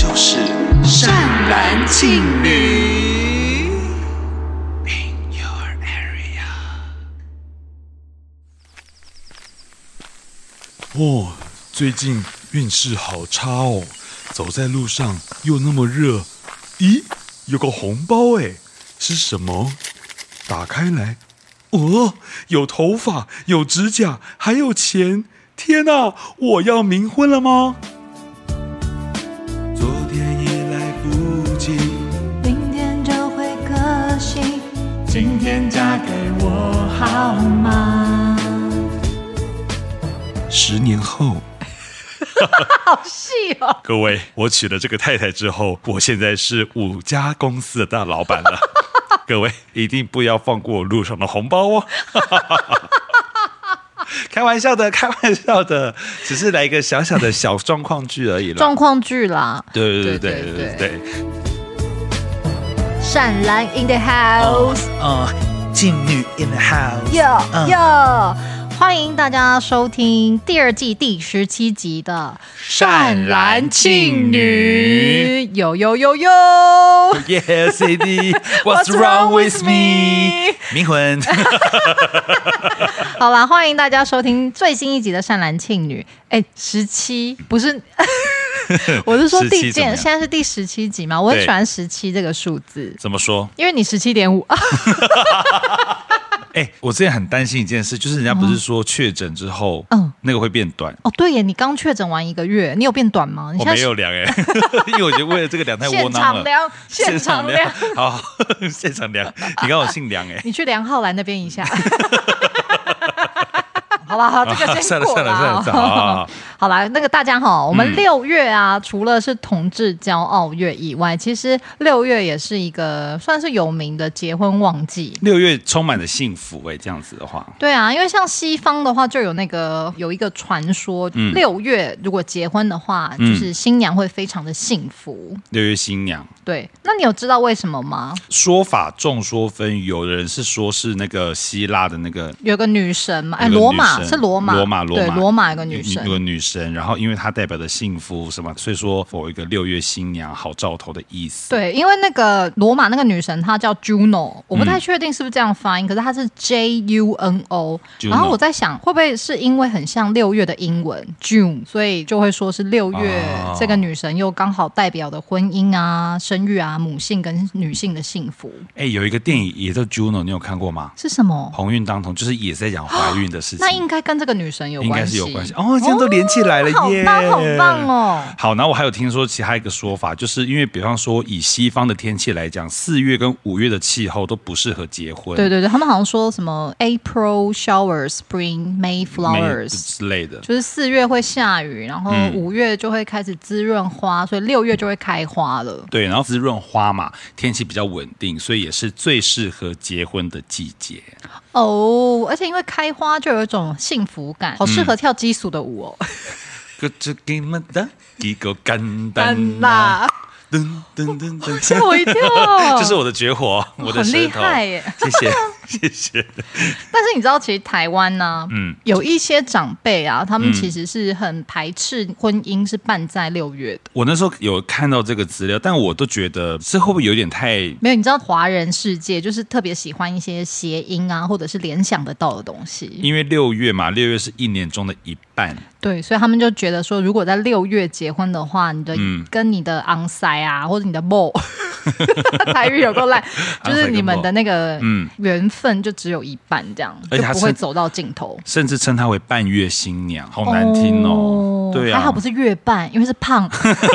就是善男信女。In your area。 哦，最近运势好差哦，走在路上又那么热。咦，有个红包哎，是什么？打开来，哦，有头发，有指甲，还有钱。天哪，我要冥婚了吗？ 昨天已来不及， 明天就会可惜，今天嫁给我好吗 10年后。 好细哦。 各位，我娶了这个太太之后，我现在是5家公司的大老板了。各位一定不要放过我路上的红包哦。开玩笑的，开玩笑的，只是来一个小小的小状况剧而已了。 状况剧啦， 对。 善男 in the house， 妓女 in the house。 哟，欢迎大家收听第2季第17集的善男信女。有。 Yes, CD，What's wrong with me？ 冥婚。 好啦，欢迎大家收听最新一集的善男信女。17不是，我是说现在是第17集嘛？我很喜欢17这个数字。 怎么说？ 因为你17.5。 我之前很担心一件事，就是人家不是说确诊之后，那个会变短。 哦，对耶，你刚确诊完1个月，你有变短吗？ 我没有量因为我觉得为了这个量太窝囊了。 现场量， 好，现场量。你刚好姓梁你去梁浩然那边一下。好了，这个先过了。 算了。 好啦，那个大家好，我们6月啊，除了是同志骄傲月以外，其实6月也是一个算是有名的结婚旺季。 6月充满了幸福这样子的话。 对啊，因为像西方的话，就有一个传说，6月如果结婚的话，就是新娘会非常的幸福。 6月新娘。对， 那你有知道为什么吗？ 说法众说纷纭，有的人是说是那个希腊的那个有个女神嘛，罗马是罗马，对，罗马有个女神， 有个女神，然后因为它代表的幸福什么，所以说有一个6月新娘好兆头的意思。 对，因为那个罗马那个女神她叫 Juno， 我不太确定是不是这样发音，可是她是 Juno。然后我在想，会不会是因为很像6月的英文 June， 所以就会说是6月这个女神又刚好代表的婚姻啊、生育啊、母性跟女性的幸福。 有一个电影也叫 Juno， 你有看过吗？ 是什么？ 鸿运当头，就是也是在讲怀孕的事情。 那应该跟这个女神有关系， 应该是有关系哦。这样都连起来了耶， 好棒哦！ 好，然后我还有听说其他一个说法，就是因为比方说以西方的天气来讲，4月跟5月的气候都不适合结婚。 对，他们好像说什么 April showers, Spring, May flowers 之类的， 就是4月会下雨，然后5月就会开始滋润花，所以6月就会开花了。 对，然后滋润花嘛，天气比较稳定，所以也是最适合结婚的季节。 而且因为开花就有一种幸福感，好适合跳基础的舞哦。 简单啦， 吓我一跳！ 这是我的绝活，我的舌头， 很厉害耶！ 谢谢。 但是你知道，其实台湾呢，有一些长辈啊，他们其实是很排斥婚姻是办在6月的。 我那时候有看到这个资料，但我都觉得这会不会有点太…… 没有，你知道华人世界就是特别喜欢一些谐音啊，或者是联想得到的东西。 因为6月嘛，6月是1年中的一半。 对，所以他们就觉得说，如果在6月结婚的话，你的跟你的昂塞啊，或者你的某台语有够烂，就是你们的那个缘分就只有一半，这样就不会走到尽头。 甚至称她为半月新娘，好难听哦。对啊， 还好不是月半，因为是胖。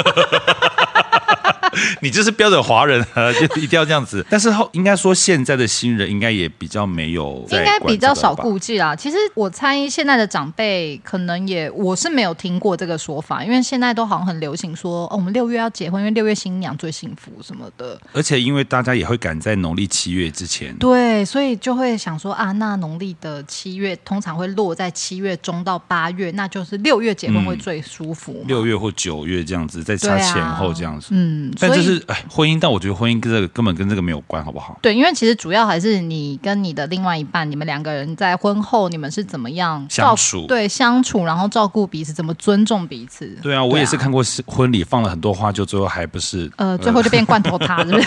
你就是标准华人啊，就一定要这样子。但是应该说，现在的新人应该也比较没有， 应该比较少顾忌啦。其实我猜现在的长辈可能我是没有听过这个说法，因为现在都好像很流行说，我们6月要结婚，因为6月新娘最幸福什么的。 而且因为大家也会赶在农历7月之前， 对，所以就会想说啊，那农历的7月通常会落在7月中到8月，那就是6月结婚会最舒服。 6月或9月这样子，再差前后这样子。 所就是婚姻，但我觉得婚姻根本跟这个没有关，好不好？ 对，因为其实主要还是你跟你的另外一半，你们两个人在婚后你们是怎么样相处， 对，相处，然后照顾彼此，怎么尊重彼此。 对啊，我也是看过婚礼放了很多花，就最后还不是最后就变罐头塔，是不是？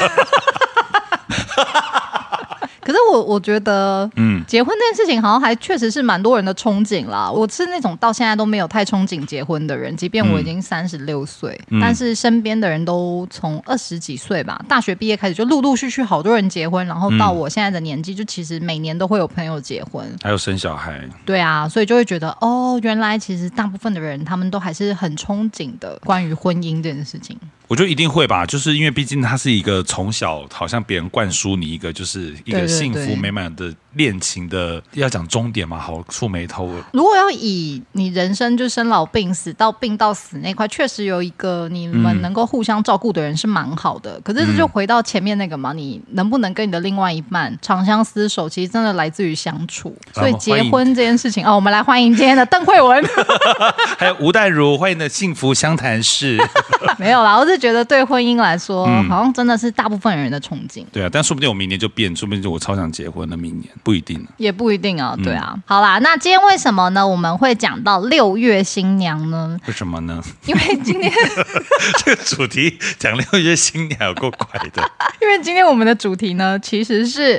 可是我觉得，结婚这件事情好像还确实是蛮多人的憧憬啦。我是那种到现在都没有太憧憬结婚的人，即便我已经36岁，但是身边的人都从20几岁吧，大学毕业开始就陆陆续续好多人结婚，然后到我现在的年纪，就其实每年都会有朋友结婚， 还有生小孩。 对啊，所以就会觉得原来其实大部分的人他们都还是很憧憬的关于婚姻这件事情。 我觉得一定会吧，就是因为毕竟它是一个从小好像别人灌输你一个就是一个幸福美满的恋情的，要讲终点嘛，好触眉头。 如果要以你人生就生老病死到病到死那块，确实有一个你们能够互相照顾的人是蛮好的。可是就回到前面那个嘛，你能不能跟你的另外一半长相厮守，其实真的来自于相处。所以结婚这件事情我们来欢迎今天的邓慧文， 还有吴淡如，欢迎的幸福相谈室。 没有啦，我是觉得对婚姻来说，好像真的是大部分人的憧憬。 对啊，但说不定我明年就变，说不定就我超想结婚了，明年不一定， 也不一定啊。对啊，好啦，那今天为什么呢？我们会讲到6月新娘呢？ 为什么呢？ 因为今天这个主题讲6月新娘有够怪的。 因为今天我们的主题呢，其实是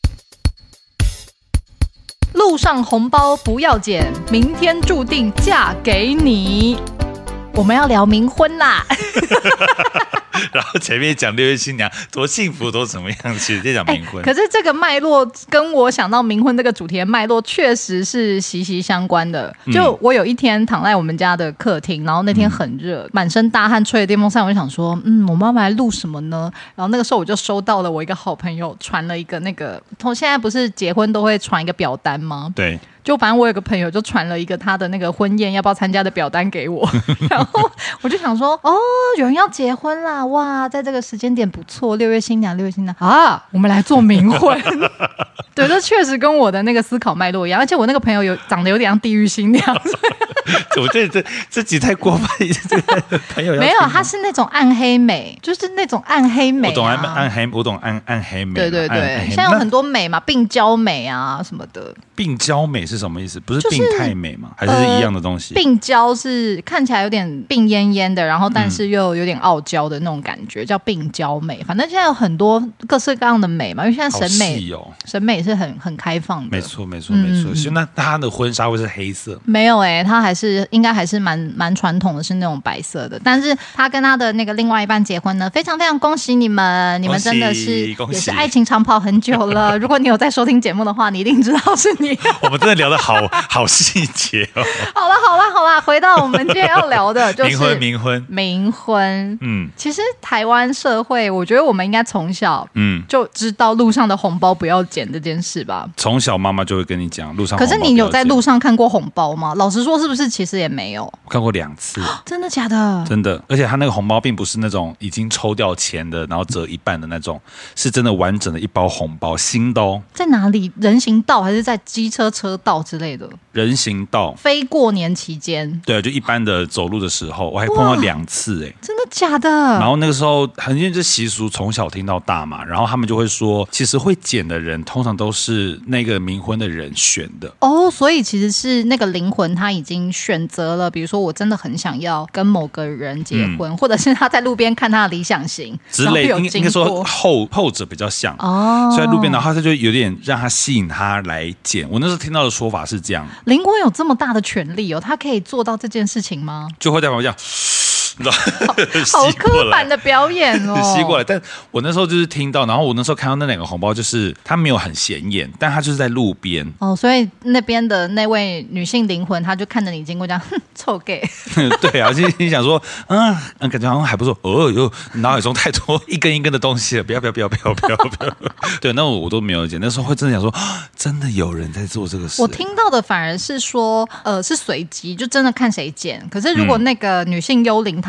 路上红包不要捡，明天注定嫁给你。我们要聊冥婚啦。 然后前面讲6月新娘多幸福多怎么样，其实在讲冥婚。 可是这个脉络跟我想到冥婚这个主题的脉络确实是息息相关的。就我有一天躺在我们家的客厅，然后那天很热，满身大汗，吹着电风扇，我就想说我们要来录什么呢？然后那个时候我就收到了我一个好朋友传了一个那个，现在不是结婚都会传一个表单吗？ 对， 就反正我有个朋友就传了一个他的那个婚宴要不要参加的表单给我，然后我就想说有人要结婚啦，哇，在这个时间点不错，6月新娘啊，我们来做冥婚。对，这确实跟我的那个思考脉络一样，而且我那个朋友长得有点像地狱新娘。 我觉得这集太过分，这个朋友没有，她是那种暗黑美，就是那种暗黑美、啊。 我懂暗黑美。 对对对，现在有很多美嘛，病娇美啊什么的。 病娇美是什么意思？不是病态美吗？还是一样的东西？ 病娇是看起来有点病恹恹的，然后但是又有点傲娇的那种感觉，叫病娇美。反正现在有很多各式各样的美嘛，因为现在审美是很开放的。 没错。那他的婚纱会是黑色？ 没有他应该还是蛮传统的，是那种白色的。但是他跟他的那个另外一半结婚呢，非常非常恭喜你们，你们真的是也是爱情长跑很久了。如果你有在收听节目的话，你一定知道是你。 我们真的聊得好细节哦。 好啦，回到我们今天要聊的就是冥婚。其实台湾社会，我觉得我们应该从小就知道路上的红包不要捡这件事吧。 从小妈妈就会跟你讲路上红包不要捡。 可是你有在路上看过红包吗？老实说，是不是其实也没有？ 我看过2次。 真的假的？ 真的，而且他那个红包并不是那种已经抽掉钱的，然后折一半的那种，是真的完整的一包红包，新的哦。 在哪里？人行道还是在机车车道之类的？ 人行道。 非过年期间。 对，就一般的走路的时候，我还碰到2次真的假的？ 然后那个时候，因为这习俗从小听到大嘛，然后他们就会说，其实会捡的人通常都是那个冥婚的人选的。 所以其实是那个灵魂他已经选择了，比如说我真的很想要跟某个人结婚，或者是他在路边看他的理想型之类，应该说后者比较像所以在路边，然后他就有点让他吸引他来捡。我那时候听到的说法是这样， 灵魂有这么大的权利他可以做到这件事情吗？ 就会在旁边好刻板的表演吸过来。但我那时候就是听到，然后我那时候看到那2个红包，就是他没有很显眼，但他就是在路边所以那边的那位女性灵魂，他就看着你经过这样，臭 gay。 对啊，就你想说感觉好像还不错脑海中太多一根一根的东西了，不要。对，那我都没有捡。那时候会真的想说，真的有人在做这个事。 我听到的反而是说是随机，就真的看谁捡。可是如果那个女性幽灵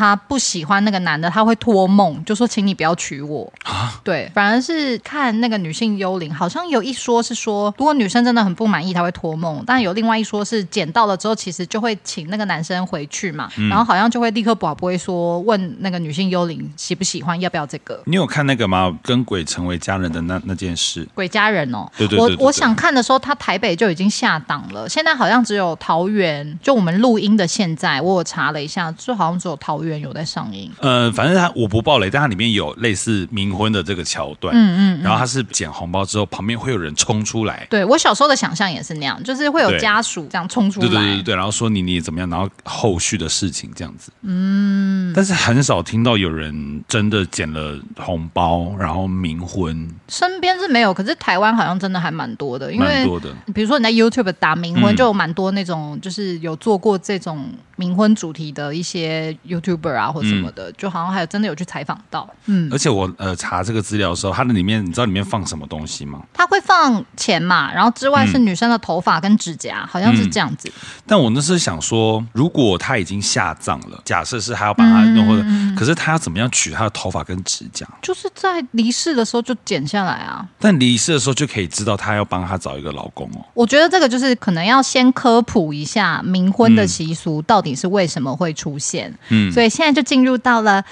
她不喜欢那个男的，她会托梦就说请你不要娶我啊。对，反而是看那个女性幽灵，好像有一说是说，如果女生真的很不满意，她会托梦，但有另外一说是捡到了之后，其实就会请那个男生回去嘛，然后好像就会立刻不会说问那个女性幽灵喜不喜欢，要不要这个。 你有看那个吗？跟鬼成为家人的那件事， 鬼家人哦。 对， 我想看的时候，他台北就已经下档了，现在好像只有桃园，就我们录音的现在，我有查了一下，就好像只有桃园有在上映。 反正我不爆雷，但它里面有类似冥婚的这个桥段，然后他是捡红包之后，旁边会有人冲出来。 对，我小时候的想象也是那样，就是会有家属这样冲出来， 对，然后说你怎么样，然后后续的事情这样子。但是很少听到有人真的捡了红包，然后冥婚。 身边是没有，可是台湾好像真的还蛮多的，因为蛮多的。 比如说你在 YouTube 打冥婚，就有蛮多那种就是有做过这种冥婚主题的一些 YouTuber 啊或什么的，就好像还有真的有去采访到。 而且我查这个资料的时候，它的里面你知道里面放什么东西吗？ 它会放钱嘛，然后之外是女生的头发跟指甲，好像是这样子。 但我那时候想说，如果他已经下葬了，假设是还要把它弄或者，可是他要怎么样取他的头发跟指甲？ 就是在离世的时候就剪下来啊。 但离世的时候就可以知道他要帮他找一个老公哦。 我觉得这个就是可能要先科普一下冥婚的习俗到底是为什么会出现。所以现在就进入到了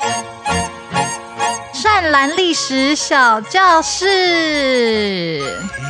善兰历史小教室。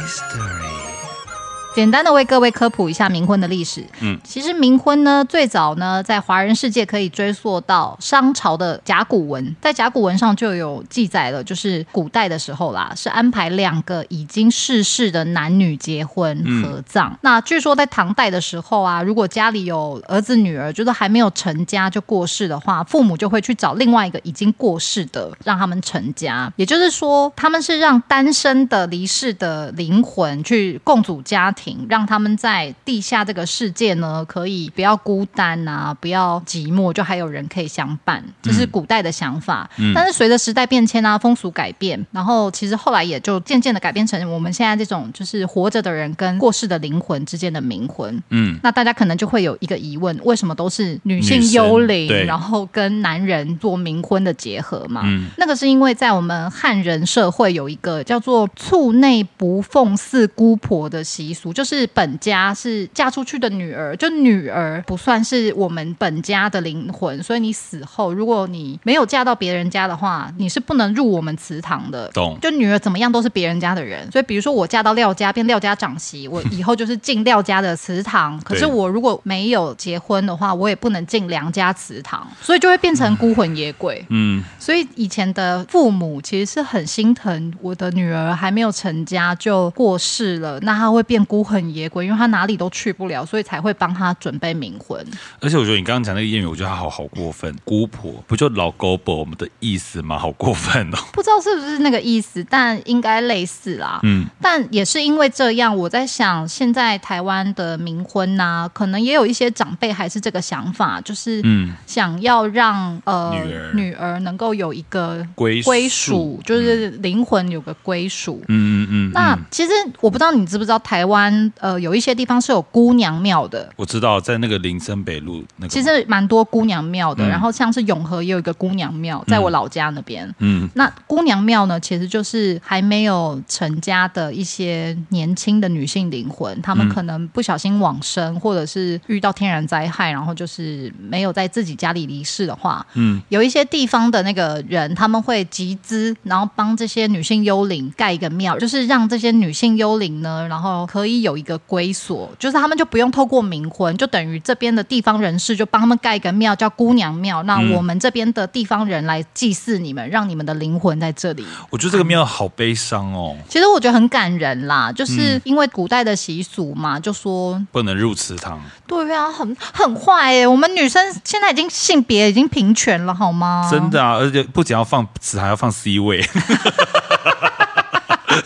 简单的为各位科普一下冥婚的历史。其实冥婚呢，最早呢，在华人世界可以追溯到商朝的甲骨文，在甲骨文上就有记载了，就是古代的时候啦，是安排2个已经逝世的男女结婚合葬。那据说在唐代的时候啊，如果家里有儿子女儿，就是还没有成家就过世的话，父母就会去找另外一个已经过世的，让他们成家。也就是说，他们是让单身的离世的灵魂去共组家庭，让他们在地下这个世界呢，可以不要孤单啊，不要寂寞，就还有人可以相伴，这是古代的想法。但是随着时代变迁啊，风俗改变，然后其实后来也就渐渐的改变成我们现在这种就是活着的人跟过世的灵魂之间的冥婚。那大家可能就会有一个疑问，为什么都是女性幽灵，然后跟男人做冥婚的结合嘛？那个是因为在我们汉人社会有一个叫做厝内不奉祀姑婆的习俗，就是本家是嫁出去的女儿，就女儿不算是我们本家的灵魂，所以你死后如果你没有嫁到别人家的话，你是不能入我们祠堂的。 懂？ 就女儿怎么样都是别人家的人，所以比如说我嫁到廖家变廖家长媳，我以后就是进廖家的祠堂可是我如果没有结婚的话，我也不能进梁家祠堂，所以就会变成孤魂野鬼。所以以前的父母其实是很心疼我的女儿还没有成家就过世了，那她会变孤魂野鬼，因为她哪里都去不了，所以才会帮她准备冥婚。 而且我觉得你刚刚讲那个谚语，我觉得她好过分。姑婆不就老狗婆我们的意思吗？好过分哦！ 不知道是不是那个意思，但应该类似啦。但也是因为这样，我在想现在台湾的冥婚啊，可能也有一些长辈还是这个想法，就是想要让女儿能够有一个归属，就是灵魂有个归属。那其实我不知道你知不知道，台湾有一些地方是有姑娘庙的。 我知道，在那个林森北路那个， 其实蛮多姑娘庙的。然后像是永和也有一个姑娘庙，在我老家那边。那姑娘庙呢，其实就是还没有成家的一些年轻的女性灵魂，她们可能不小心往生，或者是遇到天然灾害，然后就是没有在自己家里离世的话，有一些地方的那个人他们会集资，然后帮这些女性幽灵盖一个庙，就是让这些女性幽灵呢，然后可以有一个归所，就是他们就不用透过冥婚，就等于这边的地方人士就帮他们盖一个庙叫姑娘庙，那我们这边的地方人来祭祀你们，让你们的灵魂在这里。 我觉得这个庙好悲伤哦。 其实我觉得很感人啦，就是因为古代的习俗嘛，就说不能入祠堂。 对啊，很坏耶。我们女生现在已经性别已经平权了，好吗？ 真的啊，而且不仅要放祠堂，还要放 C 位。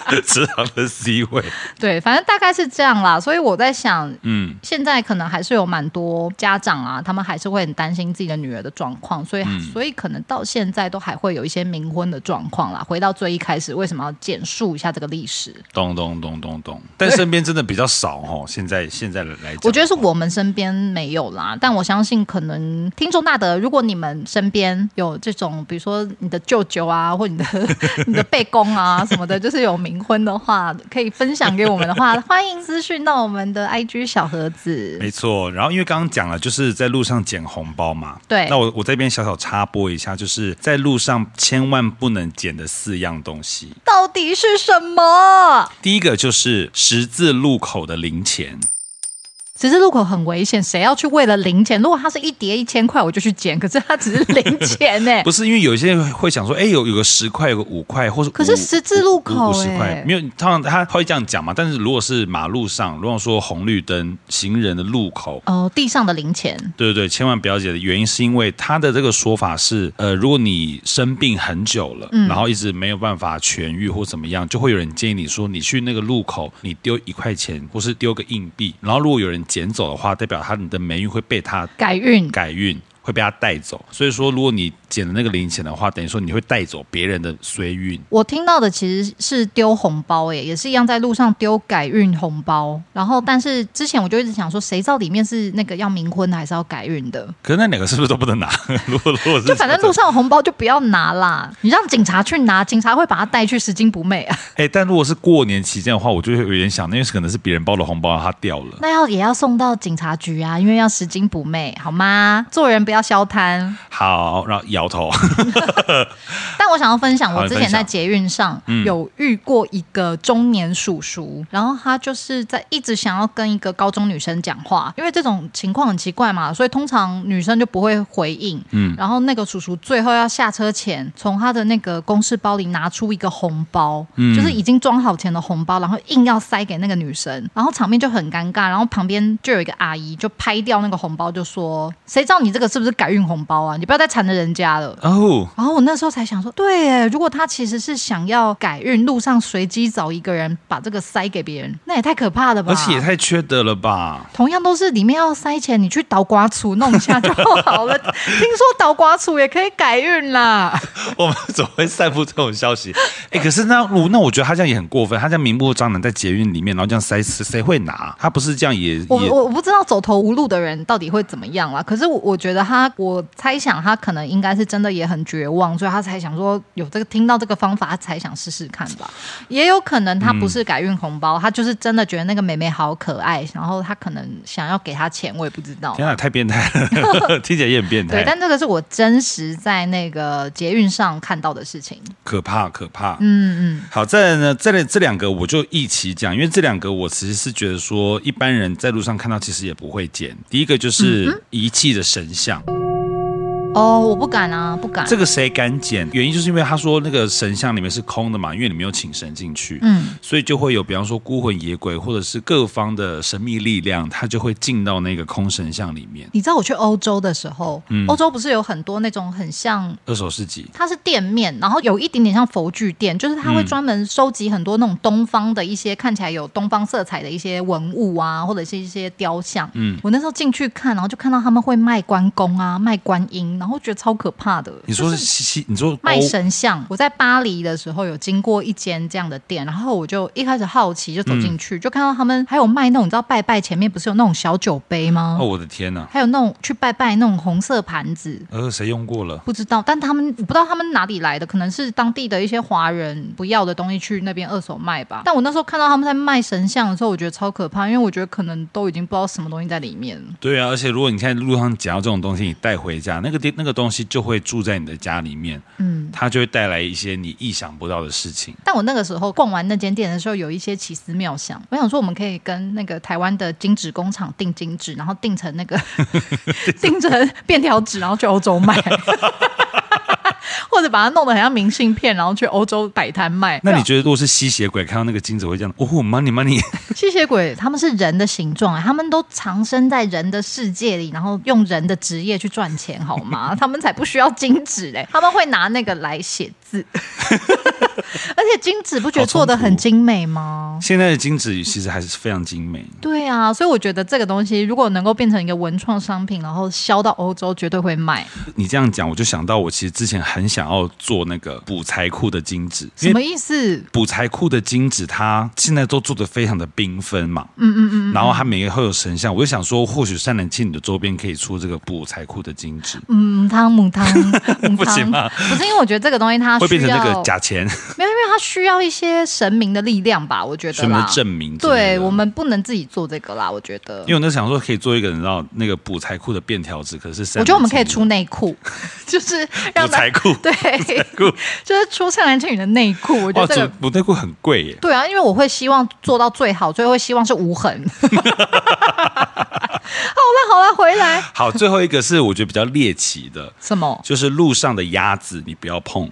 职场的 C 位。 对，反正大概是这样啦。所以我在想，现在可能还是有蛮多家长啊，他们还是会很担心自己的女儿的状况，所以可能到现在都还会有一些冥婚的状况啦。回到最一开始，为什么要简述一下这个历史？ 懂，但身边真的比较少哦。现在来讲， 我觉得是我们身边没有啦，但我相信可能听众大德，如果你们身边有这种，比如说你的舅舅啊，或你的贝公啊什么的，就是有冥婚的话，可以分享给我们的话，欢迎私讯到我们的 IG 小盒子。 没错，然后因为刚刚讲了，就是在路上捡红包嘛， 对， 那我这边小小插播一下，就是在路上千万不能捡的4样东西， 到底是什么？ 第一个就是十字路口的零钱。 十字路口很危险，谁要去为了零钱？如果它是一叠1000块，我就去捡。可是它只是零钱呢、 不是，因为有些人会想说，有个10块，有个5块，或是可是十字路口 50块，没有，通常他会这样讲嘛。但是如果是马路上，如果说红绿灯、行人的路口， 地上的零钱， 对，千万不要捡的原因是因为他的这个说法是，如果你生病很久了，然后一直没有办法痊愈或怎么样，就会有人建议你说，你去那个路口，你丢1块钱或是丢个硬币，然后如果有人捡走的话，代表你的霉运会被他改运会被他带走。所以说，如果你捡了那个零钱的话，等于说你会带走别人的衰运。我听到的其实是丢红包耶，也是一样在路上丢改运红包。然后，但是之前我就一直想说，谁知道里面是那个要冥婚的还是要改运的？ 可是那2个是不是都不能拿？如果是就反正路上的红包就不要拿啦，你让警察去拿，警察会把它带去拾金不昧啊。 但如果是过年期间的话，我就会有点想，因为可能是别人包的红包，它掉了， 那也要送到警察局啊，因为要拾金不昧，好吗？做人不要消贪。 好，然后摇头。 但我想要分享，我之前在捷运上有遇过一个中年叔叔，然后他就是在一直想要跟一个高中女生讲话，因为这种情况很奇怪嘛，所以通常女生就不会回应。然后那个叔叔最后要下车前，从他的那个公事包里拿出一个红包，就是已经装好钱的红包，然后硬要塞给那个女生，然后场面就很尴尬。然后旁边就有一个阿姨就拍掉那个红包，就说：“谁知道你这个是不是改运红包啊？你不要再缠着人家了。”然后我那时候才想说，对耶，如果他其实是想要改运，路上随机找一个人把这个塞给别人，那也太可怕了吧， 而且也太缺德了吧。 同样都是里面要塞钱，你去倒瓜醋弄一下就好了。听说倒瓜醋也可以改运啦。 我们怎么会散布这种消息？可是那我觉得他这样也很过分，他这样明目张胆在捷运里面，然后这样塞，谁会拿？他不是这样也我不知道走投无路的人到底会怎么样啦。可是我觉得我猜想他可能应该是真的也很绝望，所以他才想说有这个听到这个方法，他才想试试看吧。也有可能他不是改运红包，他就是真的觉得那个妹妹好可爱，然后他可能想要给她钱，我也不知道。 天哪，太变态了，听起来也很变态。 对，但这个是我真实在那个捷运上看到的事情， 可怕。好，再来呢，这2个我就一起讲，因为这2个我其实是觉得说，一般人在路上看到其实也不会捡。第一个就是遗弃的神像。 我不敢啊，不敢。 这个谁敢捡？原因就是因为他说那个神像里面是空的嘛，因为你没有请神进去，所以就会有比方说孤魂野鬼或者是各方的神秘力量，它就会进到那个空神像里面。 你知道我去欧洲的时候，欧洲不是有很多那种很像二手市集， 它是店面，然后有一点点像佛具店，就是它会专门收集很多那种东方的一些看起来有东方色彩的一些文物啊，或者是一些雕像。我那时候进去看，然后就看到他们会卖关公啊，卖观音。然后觉得超可怕的。 你说你说卖神像，我在巴黎的时候有经过一间这样的店，然后我就一开始好奇就走进去，就看到他们还有卖那种，你知道拜拜前面不是有那种小酒杯吗？ 我的天哪！ 还有那种去拜拜那种红色盘子， 谁用过了？ 不知道，但我不知道他们哪里来的，可能是当地的一些华人不要的东西去那边二手卖吧。但我那时候看到他们在卖神像的时候，我觉得超可怕，因为我觉得可能都已经不知道什么东西在里面了。 对啊，而且如果你在路上捡到这种东西，你带回家，那个东西就会住在你的家里面，它就会带来一些你意想不到的事情。但我那个时候逛完那间店的时候，有一些奇思妙想，我想说我们可以跟那个台湾的金纸工厂订金纸，然后订成那个订成便条纸，然后去欧洲卖。或者把它弄得很像明信片，然后去欧洲摆摊卖。 那你觉得如果是吸血鬼看到那个金子会这样money 吸血鬼他们是人的形状，他们都藏身在人的世界里，然后用人的职业去赚钱好吗？他们才不需要金纸嘞，他们会拿那个来写子。而且金纸不觉得做得很精美吗？ 现在的金纸其实还是非常精美。 对啊，所以我觉得这个东西如果能够变成一个文创商品，然后销到欧洲，绝对会卖。 你这样讲，我就想到我其实之前很想要做那个补财库的金纸。 什么意思？ 补财库的金纸，它现在都做得非常的缤纷嘛。然后它每个会有神像，我就想说，或许善男信女的周边可以出这个补财库的金纸。 母汤不行吗？ 不是，因为我觉得这个东西它会变成那个假钱。 没有，因为它需要一些神明的力量吧，我觉得啦。 神明的证明。 对，我们不能自己做这个啦，我觉得。 因为我那想说可以做一个，你知道那个补财库的便条纸，可是我觉得我们可以出内裤，就是让补财库。 对，就是出善男信女的内裤。我觉得这个补内裤很贵耶。 对啊，因为我会希望做到最好，所以会希望是无痕。好了，回来。 好，最后一个是我觉得比较猎奇的， 什么？ 就是路上的鸭子，你不要碰。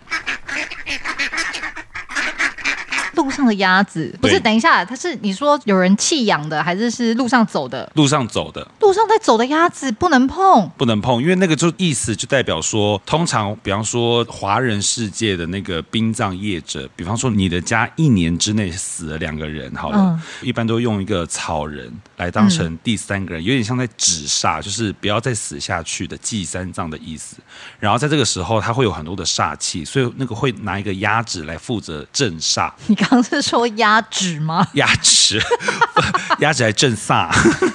路上的鸭子不是？等一下，它是你说有人弃养的，还是路上走的？ 路上走的， 路上在走的鸭子不能碰， 不能碰，因为那个就意思就代表说，通常比方说华人世界的那个殡葬业者，比方说你的家1年之内死了2个人，好了，一般都用一个草人来当成第3个人，有点像在止煞，就是不要再死下去的祭3葬的意思。然后在这个时候，它会有很多的煞气，所以那个会拿一个鸭子来负责镇煞。 你刚刚是说鸭纸吗？ 鸭纸，鸭子来镇煞。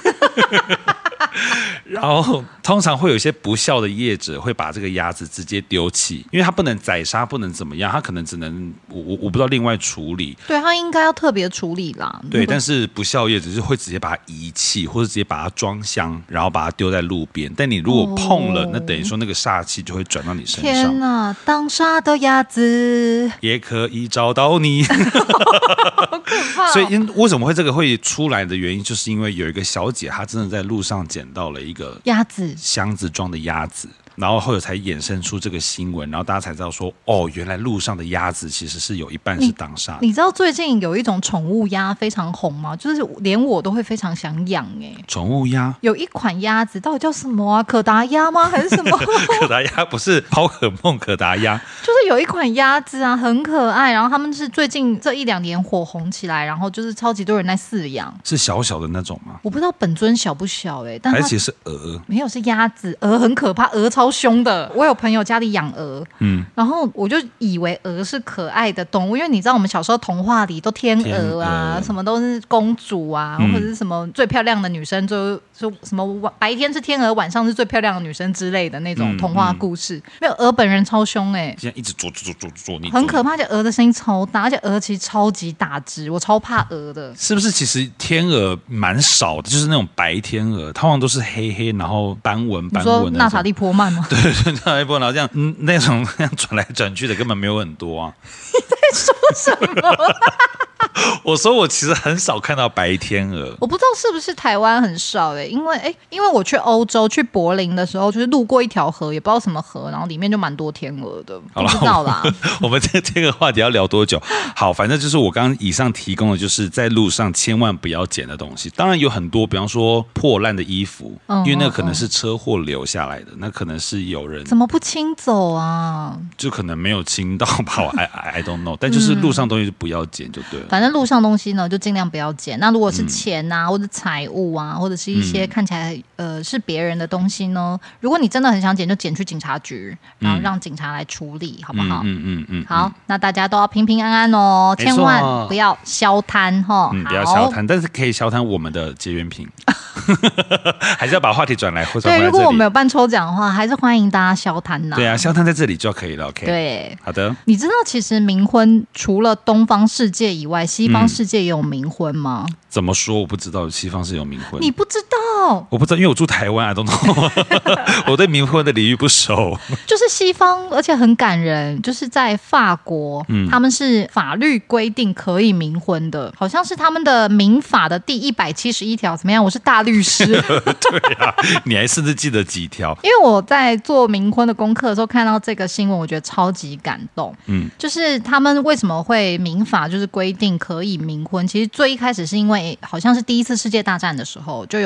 然后通常会有一些不孝的业者会把这个鸭子直接丢弃，因为他不能宰杀，不能怎么样，他可能只能我不知道另外处理。 对，他应该要特别处理啦。 对，但是不孝业者就会直接把它遗弃，或者直接把它装箱，然后把它丢在路边。但你如果碰了，那等于说那个煞气就会转到你身上。 天哪，当杀的鸭子也可以找到你。 好可怕。 所以为什么会这个会出来的原因，就是因为有一个小姐她真的在路上捡到了一个鸭子箱子装的鸭子，然后后来才衍生出这个新闻，然后大家才知道说，哦，原来路上的鸭子其实是有一半是当煞的。 你知道最近有一种宠物鸭非常红吗？就是连我都会非常想养宠物鸭有一款鸭子到底叫什么啊？可达鸭吗？还是什么？ 可达鸭不是宝可梦可达鸭， 就是有一款鸭子啊，很可爱，然后他们是最近这1-2年火红起来，然后就是超级多人在饲养。 是小小的那种吗？ 我不知道本尊小不小但还是其实是鹅？ 没有，是鸭子。鹅很可怕，鹅超凶的。我有朋友家里养鹅，然后我就以为鹅是可爱的动物，因为你知道我们小时候童话里都天鹅啊，什么都是公主啊，或者是什么最漂亮的女生就什么白天是天鹅，晚上是最漂亮的女生之类的那种童话故事。没有，鹅本人超凶现在一直啄你， 很可怕。而且鹅的声音超大，而且鹅其实超级大只，我超怕鹅的。 是不是？其实天鹅蛮少的，就是那种白天鹅，通常都是黑黑，然后斑纹。 你说娜塔莉波曼吗？ 对，娜塔莉波曼，然后这样那种那样转来转去的，根本没有很多啊。 你在说什么？ 我说我其实很少看到白天鹅， 我不知道是不是台湾很少因为我去欧洲去柏林的时候，就是路过一条河，也不知道什么河，然后里面就蛮多天鹅的，不知道啦。 我们这个话题要聊多久？好，反正就是我刚刚以上提供的，就是在路上千万不要捡的东西。当然有很多，比方说破烂的衣服，因为那可能是车祸留下来的，那可能是有人怎么不清走啊？ 就可能没有清到吧，I don't know。但就是路上东西就不要捡就对了。 反正路上东西呢，就尽量不要捡。那如果是钱啊，或者财物啊，或者是一些看起来是别人的东西呢，如果你真的很想捡，就捡去警察局，然后让警察来处理，好不好？好，那大家都要平平安安哦，千万不要消摊哈。 不要消摊，但是可以消摊我们的结缘品。还是要把话题转来，或者对，如果我们有办抽奖的话，还是欢迎大家消摊呐。 对啊，消摊在这里就可以了。OK， 对， 好的。 你知道其实冥婚除了东方世界以外，西方世界也有冥婚吗？ 怎么说？我不知道西方是有冥婚。 你不知道？ 我不知道，因为我住台湾，I don't know。我对冥婚的领域不熟。就是西方，而且很感人，就是在法国，他们是法律规定可以冥婚的，好像是他们的民法的第171条。怎么样？我是大律师。 对啊，你还甚至记得几条？ 因为我在做冥婚的功课的时候看到这个新闻，我觉得超级感动。就是他们为什么会民法就是规定可以冥婚？其实最一开始是因为好像是第1次世界大战的时候，就有蛮多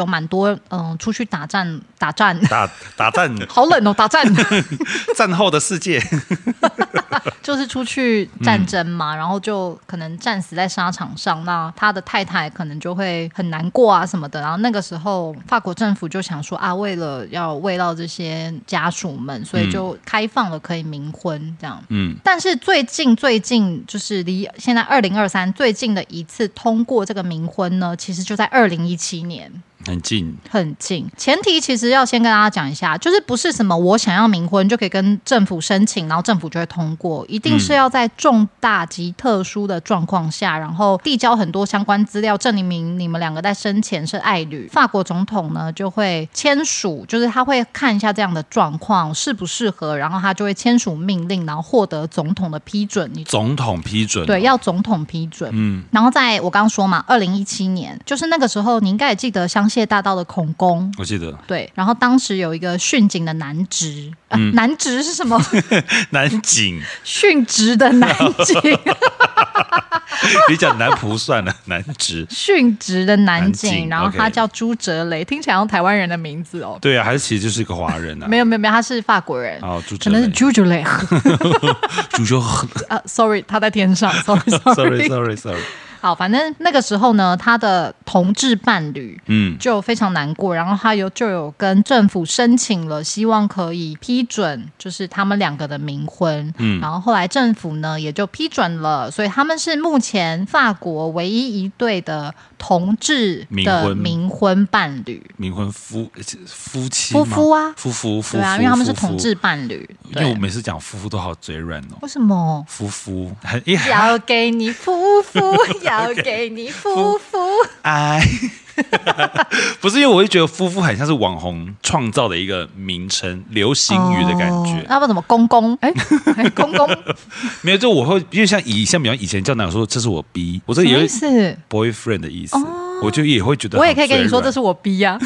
多出去打战， 打战好冷哦，打战战后的世界就是出去战争嘛，然后就可能战死在沙场上，那他的太太可能就会很难过啊什么的。然后那个时候法国政府就想说啊，为了要慰劳这些家属们，所以就开放了可以冥婚这样。但是最近就是离现在2023最近的一次通过这个冥婚呢，其实就在2017年。 很近。 前提其实要先跟大家讲一下，就是不是什么我想要冥婚就可以跟政府申请，然后政府就会通过，一定是要在重大及特殊的状况下，然后递交很多相关资料，证明你们两个在生前是爱侣。法国总统呢就会签署，就是他会看一下这样的状况适不适合，然后他就会签署命令，然后获得总统的批准。 总统批准？ 对，要总统批准。然后在我刚刚说嘛，2017年，就是那个时候，你应该也记得香榭大道的孔宫， 我记得。 对，然后当时有一个殉警的男职，男职是什么？ 男警， 殉职的男警。 你讲男仆算了，男职， 殉职的男警，然后他叫朱哲雷，听起来像台湾人的名字哦。 对啊，还是其实就是一个华人啊？ 没有，他是法国人。 哦，朱哲雷， 可能是朱哲雷。 朱哲 ，sorry， 他在天上。sorry。好，反正那个时候呢，他的同志伴侣就非常难过，然后他就有跟政府申请了，希望可以批准，就是他们两个的冥婚。然后后来政府呢也就批准了，所以他们是目前法国唯一一对的同志的冥婚伴侣。 冥婚夫妻夫妇啊， 夫妇对啊，因为他们是同志伴侣。 因为我每次讲夫妇都好嘴软哦。 为什么？ 夫妇要给你夫妇。要给你夫妇爱。不是，因为我会觉得夫妇很像是网红创造的一个名称，流行语的感觉。 那不怎么公公？公公没有，就我会因为像比方以前叫男友说这是我 B， 我这也是 boyfriend 的意思，我就也会觉得我也可以跟你说这是我 B 啊。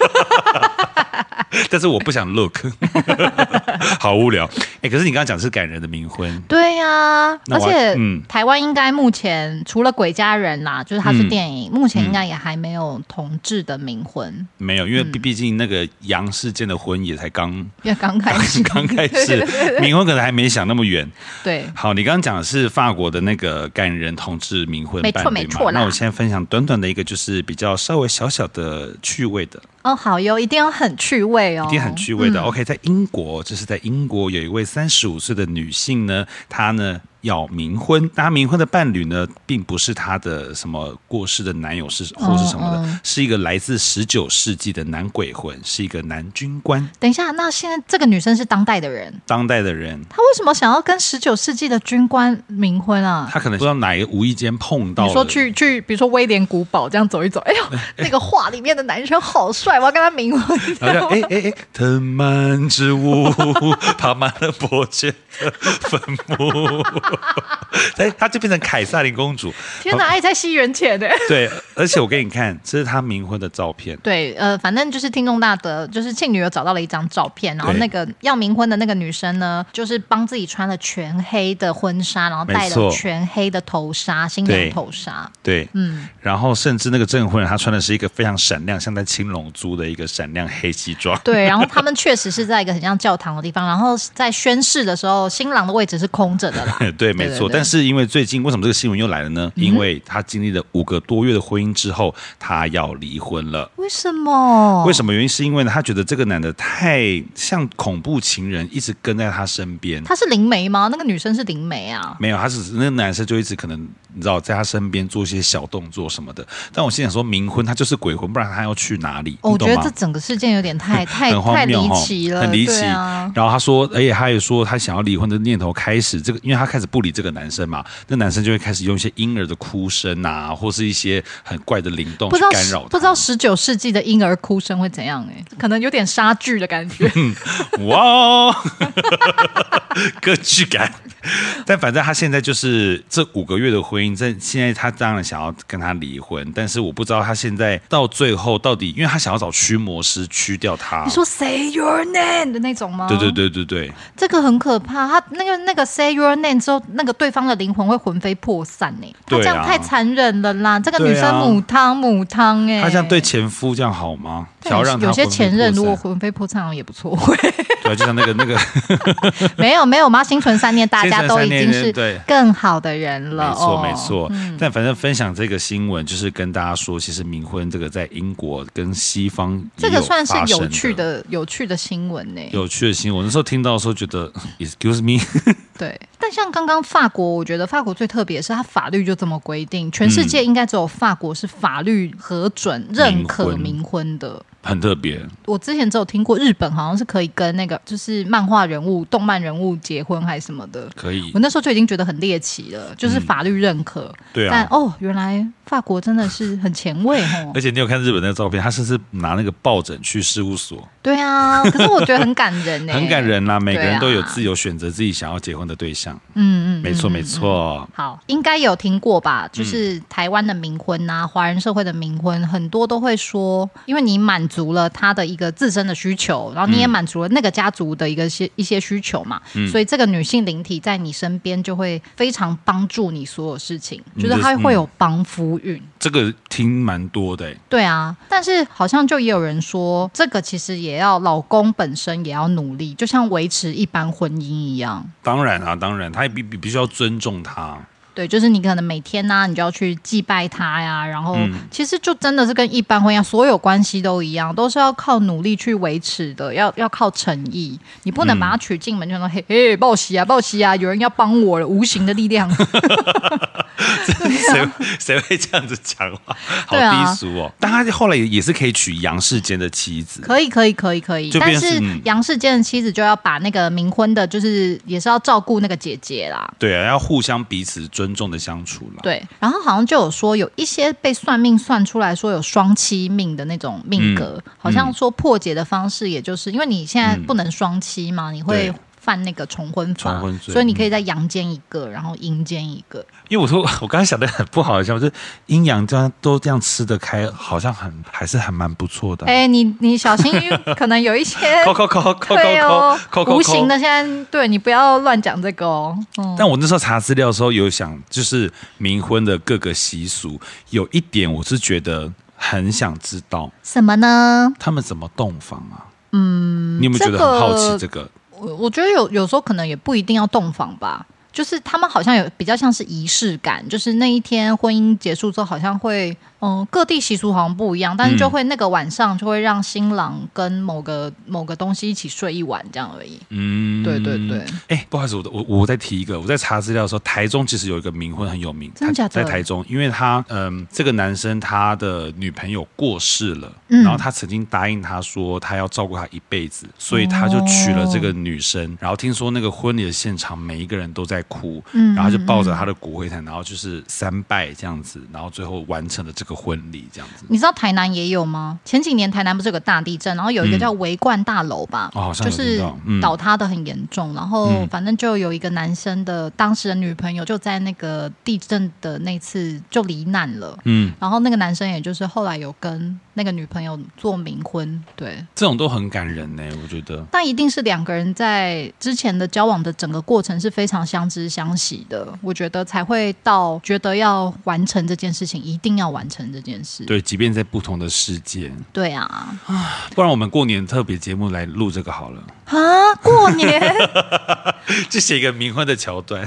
但是我不想 look 好无聊。可是你刚刚讲的是感人的冥婚。 对呀，而且台湾应该目前除了鬼家人啦，就是它是电影，目前应该也还没有同志的冥婚。 没有，因为毕竟那个杨世坚的婚也才刚开始冥婚可能还没想那么远。对，好，你刚刚讲的是法国的那个感人同志冥婚伴侣嘛， 没错啦。 那我现在分享短短的一个就是比较稍微小小的趣味的。 好哟，一定要很趣味哦， 一定很趣味的。OK， 在英国，这是在英国有一位35岁的女性呢，她呢要冥婚，她冥婚的伴侣呢，并不是她的什么过世的男友或是什么的，是一个来自19世纪的男鬼魂，是一个男军官。 等一下，那现在这个女生是当代的人， 她为什么想要跟19世纪的军官冥婚啊？ 她可能不知道哪一个无意间碰到了。 你说去，比如说威廉古堡这样走一走，哎呦，那个画里面的男生好帅，我要跟他冥婚。 然后藤蔓之屋，爬满了伯爵的坟墓。她就变成凯撒琳公主。 天哪，爱在西元前的。 对，而且我给你看，这是她冥婚的照片。 对，反正就是听众大德，就是庆女有找到了一张照片，然后那个要冥婚的那个女生呢，就是帮自己穿了全黑的婚纱，然后戴了全黑的头纱，新娘头纱。 对，然后甚至那个证婚人，她穿的是一个非常闪亮，像在青龙租的一个闪亮黑西装。 对，然后他们确实是在一个很像教堂的地方，然后在宣誓的时候，新郎的位置是空着的啦。 对，没错。但是因为最近为什么这个新闻又来了呢？因为他经历了5个多月的婚姻之后，他要离婚了。 为什么？ 原因是因为呢，他觉得这个男的太像恐怖情人，一直跟在他身边。 他是灵媒吗？那个女生是灵媒啊？ 没有，他只是那个男生就一直可能你知道在他身边做一些小动作什么的。但我心想说，冥婚他就是鬼魂，不然他要去哪里？ 我觉得这整个事件有点太离奇了， 很离奇。 啊、 然后他说，而且他也说他想要离婚的念头开始，这个因为他开始不理这个男生嘛，那男生就会开始用一些婴儿的哭声啊，或是一些很怪的灵动去干扰他。 不知道19世纪的婴儿哭声会怎样可能有点杀剧的感觉。 哇，歌剧感。但反正他现在就是这5个月的婚姻姻现在他当然想要跟他离婚，但是我不知道他现在到最后到底，因为他想要找驱魔师驱掉他。 你说 say your name 的那种吗？ 对， 这个很可怕。他那个 say your name 之后，那个对方的灵魂会魂飞魄散呢。他这样太残忍了啦！这个女生母汤哎， 他这样对前夫这样好吗？想要让他有些前任如果魂飞魄散也不错。 对，就像那个没有，我们要心存善念，大家都已经是更好的人了。 没错。但反正分享这个新闻，就是跟大家说，其实冥婚这个在英国跟西方这个算是有趣的新闻呢。 有趣的新闻，那时候听到的时候觉得 excuse me 对，但像刚刚法国，我觉得法国最特别的是它法律就这么规定，全世界应该只有法国是法律核准认可冥婚的。 很特别。 我之前只有听过日本好像是可以跟那个就是漫画人物、动漫人物结婚还是什么的， 可以。 我那时候就已经觉得很猎奇了，就是法律认可。 对啊。 但原来法国真的是很前卫哦。 而且你有看日本那个照片，他甚至拿那个抱枕去事务所。 对啊，可是我觉得很感人呢。 很感人啦，每个人都有自由选择自己想要结婚的对象。没错。 好，应该有听过吧？就是台湾的冥婚啊，华人社会的冥婚，很多都会说，因为你满足了他的一个自身的需求，然后你也满足了那个家族的一些需求嘛，所以这个女性灵体在你身边就会非常帮助你所有事情，就是她会有帮夫运。 这个听蛮多的。 对啊，但是好像就也有人说，这个其实也要老公本身也要努力，就像维持一般婚姻一样。 当然，他也必须要尊重他。 对，就是你可能每天你就要去祭拜他呀，然后其实就真的是跟一般婚姻所有关系都一样，都是要靠努力去维持的，要靠诚意，你不能把他娶进门就说嘿嘿报喜啊，有人要帮我了，无形的力量。 谁会这样子讲话？好低俗哦！但他后来也是可以娶杨世坚的妻子， 可以。但是杨世坚的妻子就要把那个冥婚的，就是也是要照顾那个姐姐啦。 对啊，要互相彼此尊重的相处啦。 对，然后好像就有说有一些被算命算出来说有双妻命的那种命格，好像说破解的方式，也就是因为你现在不能双妻嘛，你会犯那个重婚法，所以你可以在阳间一个，然后阴间一个。因为我刚才想的很不好笑，就是阴阳都这样吃得开，好像还是还蛮不错的。 你小心，可能有一些抠无形的。现在对你不要乱讲这个哦。 但我那时候查资料的时候有想，就是冥婚的各个习俗，有一点我是觉得很想知道什么呢？ 他们怎么洞房啊？你有没有觉得很好奇这个？ 我觉得有时候可能也不一定要洞房吧，就是他们好像有比较像是仪式感，就是那一天婚姻结束之后，好像会各地习俗好像不一样，但是就会那个晚上就会让新郎跟某个东西一起睡一晚这样而已。对。 不好意思，我再提一个，我在查资料的时候，台中其实有一个冥婚很有名， 真的假的？ 在台中，因为他这个男生他的女朋友过世了，然后他曾经答应他说他要照顾他一辈子，所以他就娶了这个女生。然后听说那个婚礼的现场，每一个人都在哭，然后就抱着他的骨灰坛，然后就是三拜这样子，然后最后完成了这个婚礼这样子。 你知道台南也有吗？前几年台南不是有个大地震，然后有一个叫维冠大楼吧，就是倒塌的很严重，然后反正就有一个男生的当时的女朋友就在那个地震的那次就罹难了，然后那个男生也就是后来有跟那个女朋友做冥婚。对， 这种都很感人呢，我觉得。 但一定是两个人在之前的交往的整个过程是非常相知相惜的，我觉得才会到觉得要完成这件事情，一定要完成这件事。 对，即便在不同的世界。对啊， 不然我们过年特别节目来录这个好了。 过年就写一个冥婚的桥段。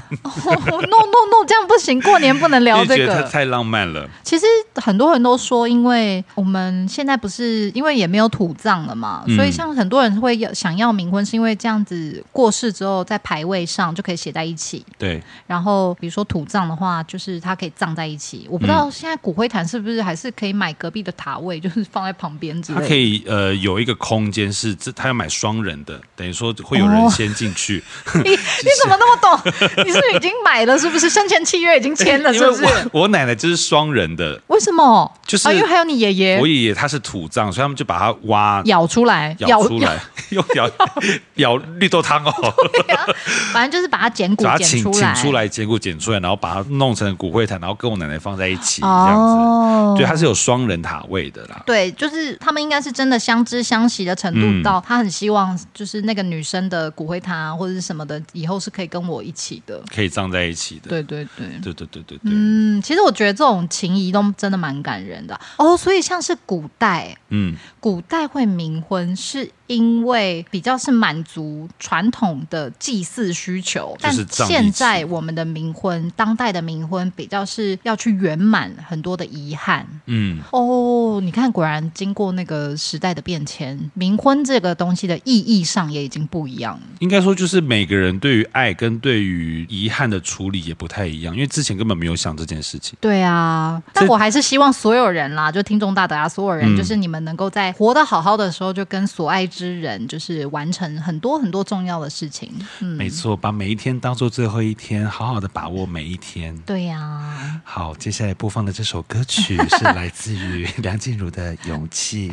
No， 这样不行，过年不能聊这个， 觉得太浪漫了。 其实很多人都说，因为我们现在不是因为也没有土葬了嘛，所以像很多人会想要冥婚，是因为这样子过世之后在牌位上就可以写在一起。 对， 然后比如说土葬的话，就是它可以葬在一起。我不知道现在骨灰坛是不是还是可以买隔壁的塔位，就是放在旁边之类的。 它可以有一个空间是它要买双人的等于说会有人先进去。 你怎么那么懂？你是不是已经买了？是不是生前契约已经签了？是不是？ 我奶奶就是双人的。 为什么？ 就是因为还有你爷爷。 我爷爷他是土葬，所以他们就把它咬出来， 用咬绿豆汤哦。 对啊，反正就是把它剪骨剪出来， 剪骨剪出来，然后把它弄成骨灰坛，然后跟我奶奶放在一起，这样子。对，它是有双人塔位的啦。 对，就是他们应该是真的相知相惜的程度到，他很希望就是那个女生的骨灰坛或者是什么的，以后是可以跟我一起的， 可以葬在一起的。 对。 其实我觉得这种情谊都真的蛮感人的哦。所以像是古代会冥婚是因为比较是满足传统的祭祀需求，但现在我们的冥婚，当代的冥婚比较是要去圆满很多的遗憾。你看，果然经过那个时代的变迁，冥婚这个东西的意义上也已经不一样了。 应该说，就是每个人对于爱跟对于遗憾的处理也不太一样，因为之前根本没有想这件事情。 对啊，但我还是希望所有人啦，就听众大德所有人，就是你们能够在活得好好的时候，就跟所爱之人，就是完成很多很多重要的事情。 没错，把每一天当做最后一天，好好的把握每一天。 对呀。 好，接下来播放的这首歌曲是来自于梁静茹的《勇气》。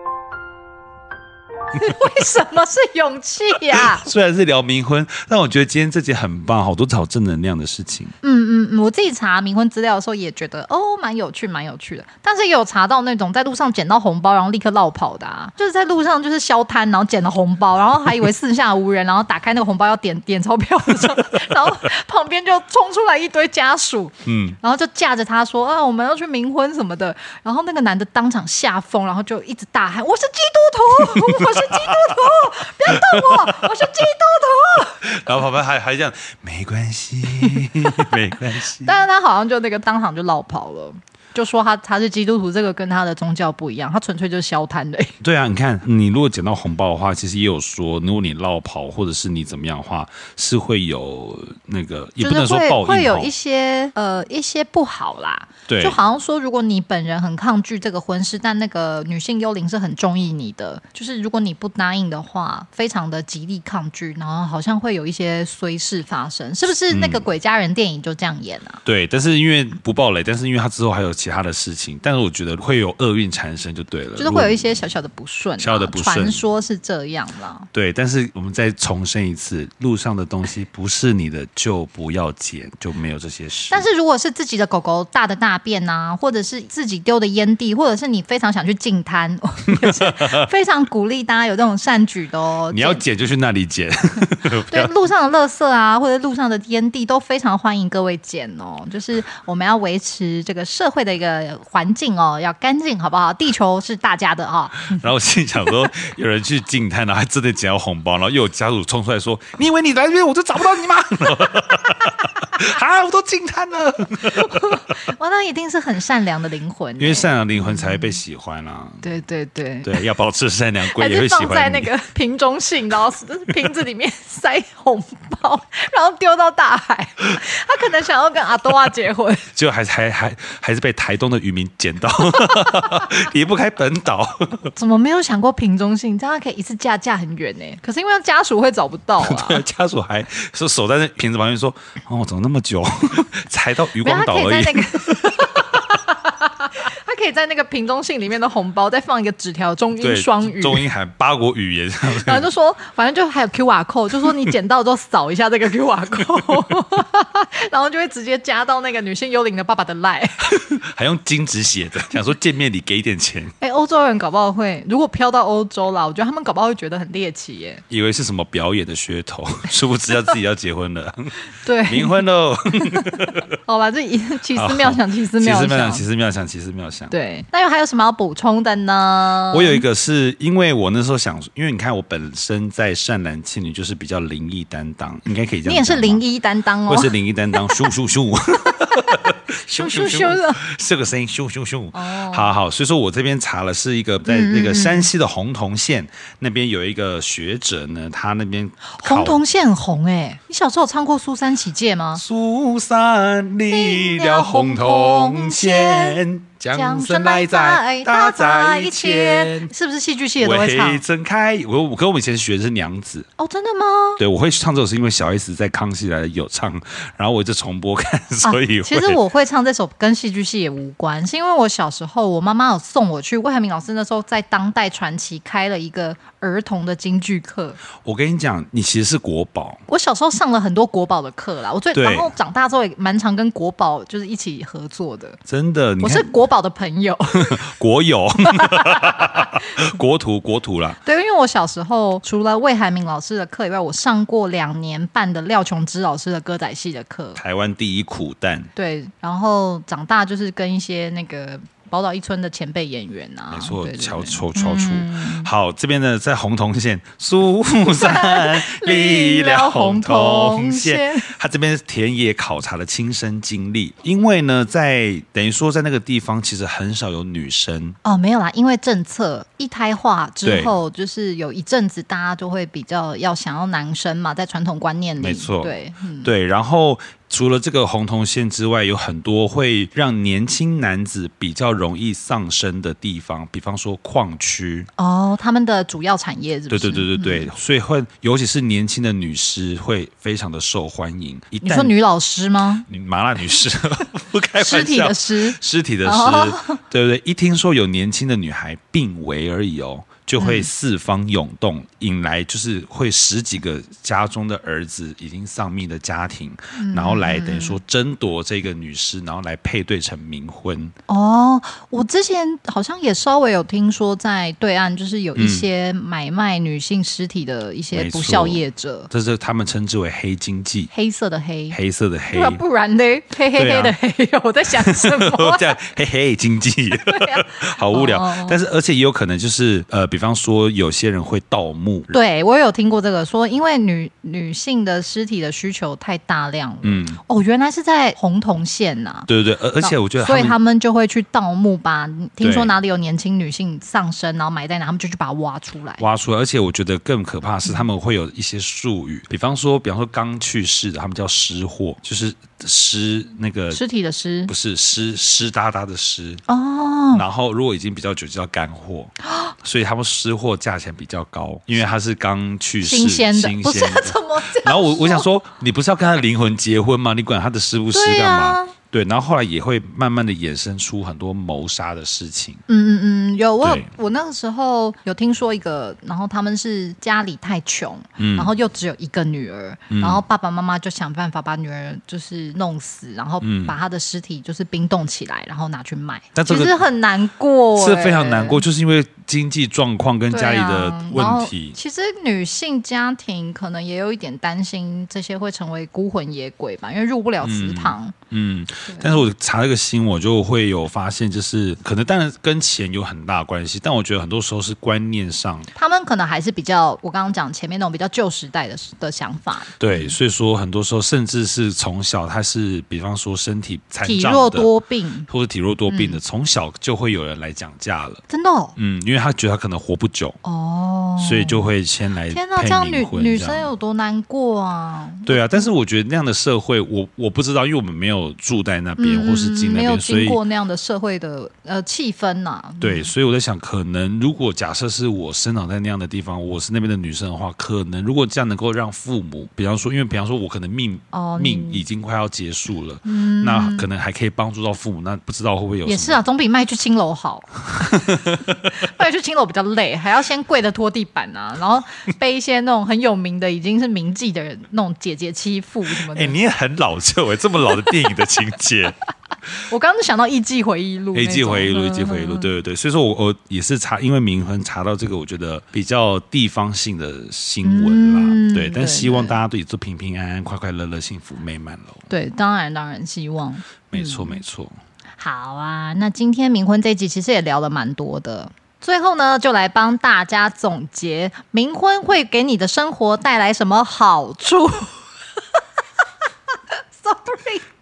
为什么是勇气呀？ 虽然是聊冥婚，但我觉得今天这集很棒，好多找正能量的事情。 我自己查冥婚资料的时候也觉得蛮有趣的，但是也有查到那种在路上捡到红包然后立刻落跑的就是在路上就是消摊，然后捡了红包，然后还以为四下无人，然后打开那个红包要点钞票的时候，然后旁边就冲出来一堆家属，然后就架着他说我们要去冥婚什么的，然后那个男的当场吓疯，然后就一直大喊我是基督徒，我是基督徒，不要动我，我是基督徒。 然后旁边还这样，没关系，没关系。 但是他好像就那个当场就落跑了。就说他是基督徒，这个跟他的宗教不一样，他纯粹就是消摊的。 对啊，你看，你如果捡到红包的话，其实也有说，如果你落跑或者是你怎么样的话，是会有那个，也不能说报应， 会有一些不好啦。 对， 就好像说，如果你本人很抗拒这个婚事，但那个女性幽灵是很中意你的，就是如果你不答应的话，非常的极力抗拒，然后好像会有一些衰事发生，是不是？那个鬼家人电影就这样演啊？ 对，但是因为不爆雷，但是因为他之后还有其他的事情，但是我觉得会有厄运缠身就对了， 就是会有一些小小的不顺，传说是这样啦。 对，但是我们再重申一次，路上的东西不是你的就不要捡，就没有这些事。 但是如果是自己的狗狗大的大便啊，或者是自己丢的烟蒂，或者是你非常想去净滩，非常鼓励大家有这种善举的哦。 你要捡就去那里捡。 对，路上的垃圾啊，或者路上的烟蒂都非常欢迎各位捡哦。就是我们要维持这个社会的一个环境哦，要干净，好不好？地球是大家的哈。 然后我心想说，有人去净滩，然后还真的捡到红包，然后又有家属冲出来说：“你以为你来这边我就找不到你吗？”啊！我都惊叹了。 哇，那一定是很善良的灵魂， 因为善良灵魂才会被喜欢啊。 对， 要保持善良，鬼也会喜欢你。 还是放在那个瓶中信，然后瓶子里面塞红包，然后丢到大海。他可能想要跟阿多啊结婚， 结果还是被台东的渔民捡到，离不开本岛。 怎么没有想过瓶中信？这样可以一次架很远呢？可是因为家属会找不到啊。 对，家属还是守在那瓶子旁边说：“哦，怎么那么久才到渔光岛而已？” 他可以在那个瓶中信里面的红包再放一个纸条，中英双语， 中英含八国语言， 然后就说，反正就还有 QR code， 就说你捡到之后扫一下这个 QR code， 然后就会直接加到那个女性幽灵的爸爸的 LINE， 还用金纸写的，想说见面礼给一点钱。 欧洲人搞不好会，如果飘到欧洲啦，我觉得他们搞不好会觉得很猎奇耶， 以为是什么表演的噱头，殊不知自己要结婚了， 对， 冥婚喽。 好吧，这奇思妙想，奇思妙想。 对，那又还有什么要补充的呢？ 我有一个是因为我那时候想，因为你看我本身在善男信女就是比较灵异担当，应该可以这样讲。 你也是灵异担当哦， 我是灵异担当，咻咻咻， 咻咻咻的这个声音，咻咻咻。好，所以说我这边查了是一个在那个山西的洪洞县那边有一个学者呢，他那边洪洞县很红哎，你小时候有唱过苏三起解吗？ 苏三离了洪洞县。 江山来在，大在前， 是不是戏剧系的都会唱？ 为睁开，我跟我们以前学的是娘子哦，真的吗？ 对，我会唱这首是因为小 S 在康熙来了有唱，然后我一直重播看，所以其实我会唱这首跟戏剧系也无关，是因为我小时候我妈妈有送我去魏海敏老师那时候在当代传奇开了一个儿童的京剧课。 我跟你讲，你其实是国宝。 我小时候上了很多国宝的课啦，然后长大之后也蛮常跟国宝就是一起合作的。 真的， 我是国宝的朋友， 国友，国图啦。 对，因为我小时候除了魏海敏老师的课以外，我上过2年半的廖琼枝老师的歌仔戏的课， 台湾第一苦旦。 对，然后长大就是跟一些那个宝岛一村的前辈演员啊， 没错，翘楚。好，这边呢在红铜线，苏山立了红铜线。他这边是田野考察的亲身经历，因为呢，等于说在那个地方其实很少有女生哦，没有啦，因为政策一胎化之后，就是有一阵子大家就会比较想要男生嘛，在传统观念里， 没错， 对， 对，然后。除了这个红铜线之外，有很多会让年轻男子比较容易丧生的地方，比方说矿区哦，他们的主要产业是不是？ 对，所以尤其是年轻的女师会非常的受欢迎。 你说女老师吗？ 麻辣女师，不开玩笑， 尸体的尸， 尸体的尸，对不对？一听说有年轻的女孩病危而已哦。就会四方涌动，引来就是会10几个家中的儿子已经丧命的家庭，然后来等于说争夺这个女尸，然后来配对成冥婚。 哦，我之前好像也稍微有听说，在对岸就是有一些买卖女性尸体的一些不孝业者， 这是他们称之为黑经济， 黑色的黑， 黑色的黑， 对啊，不然呢？黑的黑，我在想什么？ 这样黑经济，好无聊。但是而且也有可能就是比方说有些人会盗墓， 对我有听过这个，说因为女性的尸体的需求太大量了，原来是在红铜线呐， 对，而且我觉得所以他们就会去盗墓吧，听说哪里有年轻女性丧生，然后埋在哪，他们就去把它挖出来， 而且我觉得更可怕的是他们会有一些术语，比方说刚去世的，他们叫尸货，就是那个尸体的尸， 不是湿哒哒的湿哦， 然后如果已经比较久就叫干货，所以他们湿货价钱比较高，因为它是刚去世新鲜的，不是怎么这样？ 然后我想说，你不是要跟他灵魂结婚吗？你管他的湿不湿干嘛？对，然后后来也会慢慢的衍生出很多谋杀的事情。 有我那个时候有听说一个，然后他们是家里太穷，然后又只有一个女儿，然后爸爸妈妈就想办法把女儿就是弄死，然后把她的尸体就是冰冻起来，然后拿去卖。但其实很难过， 是非常难过，就是因为经济状况跟家里的问题。 其实女性家庭可能也有一点担心这些会成为孤魂野鬼吧，因为入不了祠堂。 但是我查这个新闻，我就会有发现，就是可能当然跟钱有很大关系，但我觉得很多时候是观念上， 他们可能还是比较我刚刚讲前面那种比较旧时代的想法。 对，所以说很多时候甚至是从小他是，比方说身体残障的、 体弱多病， 或者体弱多病的，从小就会有人来讲价了。 真的哦？ 因为他觉得他可能活不久哦，所以就会先来配冥婚。天哪， 这样女生有多难过啊？ 对啊，但是我觉得那样的社会，我不知道，因为我们没有住在那边，或是进那边， 没有经过那样的社会的气氛呐。 对，所以我在想，可能如果假设是我生长在那样的地方，我是那边的女生的话，可能如果这样能够让父母，比方说我可能命已经快要结束了，那可能还可以帮助到父母，那不知道会不会有？ 也是啊，总比卖去青楼好。卖去青楼比较累，还要先跪着拖地板啊，然后被一些那种很有名的已经是名妓的人那种姐姐欺负什么的。 你也很老旧这么老的电影的情节。 我刚刚想到《艺伎回忆录》，《 艺伎回忆录》，《艺伎回忆录》，对，所以说我也是因为冥婚查到这个，我觉得比较地方性的新闻啦，对，但希望大家都也都平平安安、快快乐乐、幸福美满喽。 对，当然希望， 没错。 好啊，那今天冥婚这一集其实也聊了蛮多的。最后呢，就来帮大家总结冥婚会给你的生活带来什么好处。Sorry，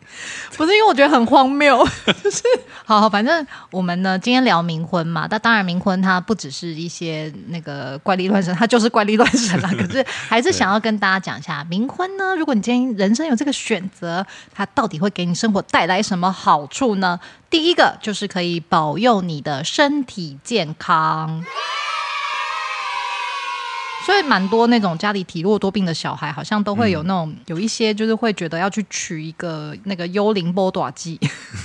不是因为我觉得很荒谬，就是好，反正我们呢今天聊冥婚嘛，但当然冥婚它不只是一些那个怪力乱神，它就是怪力乱神啦。可是还是想要跟大家讲一下，冥婚呢，如果你今天人生有这个选择，它到底会给你生活带来什么好处呢？第一个就是可以保佑你的身体健康。所以蛮多那种家里体弱多病的小孩，好像都会有那种、有一些就是会觉得要去取一个那个幽灵波短记，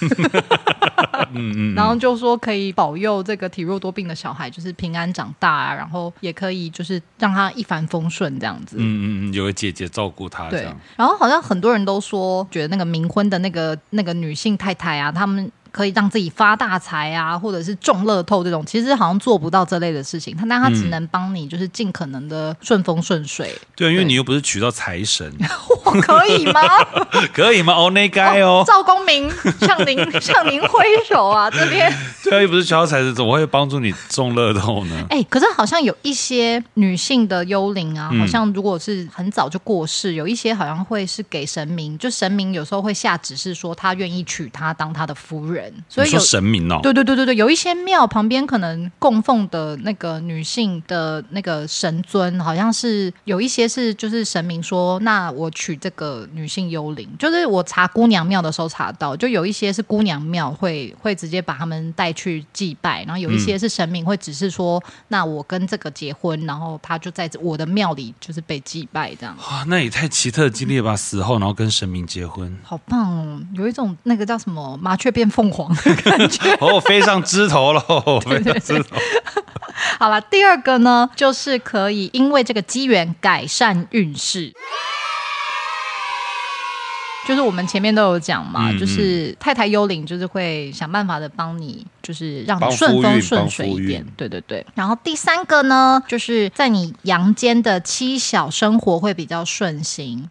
然后就说可以保佑这个体弱多病的小孩就是平安长大啊，然后也可以就是让他一帆风顺这样子。 有个姐姐照顾他这样。 然后好像很多人都说，觉得那个冥婚的那个女性太太啊，他们可以让自己发大财啊，或者是中乐透这种，其实好像做不到这类的事情，但他只能帮你就是尽可能的顺风顺水。 对，因为你又不是娶到财神， 我可以吗？ 可以吗？哦，那该哦。 赵公明向您挥手啊，这边。 对啊，又不是娶到财神，怎么会帮助你中乐透呢？ 可是好像有一些女性的幽灵啊，好像如果是很早就过世，有一些好像会是给神明，就神明有时候会下指示说他愿意娶她当他的夫人。所以你说神明哦？ 对，有一些庙旁边可能供奉的那个女性的那个神尊，好像是有一些是就是神明说，那我娶这个女性幽灵，就是我查姑娘庙的时候查到，就有一些是姑娘庙会直接把他们带去祭拜，然后有一些是神明会只是说，那我跟这个结婚，然后他就在我的庙里就是被祭拜这样。 哇，那也太奇特的经历了吧！死后然后跟神明结婚， 好棒哦！有一种那个叫什么麻雀变凤凰的感觉。 哦，飞上枝头了，飞上枝头。 好了，第二个呢，就是可以因为这个机缘改善运势。就是我们前面都有讲嘛，就是太太幽灵就是会想办法的帮你，就是让你顺风顺水一点。对。然后第三个呢，就是在你阳间的妻小生活会比较顺心。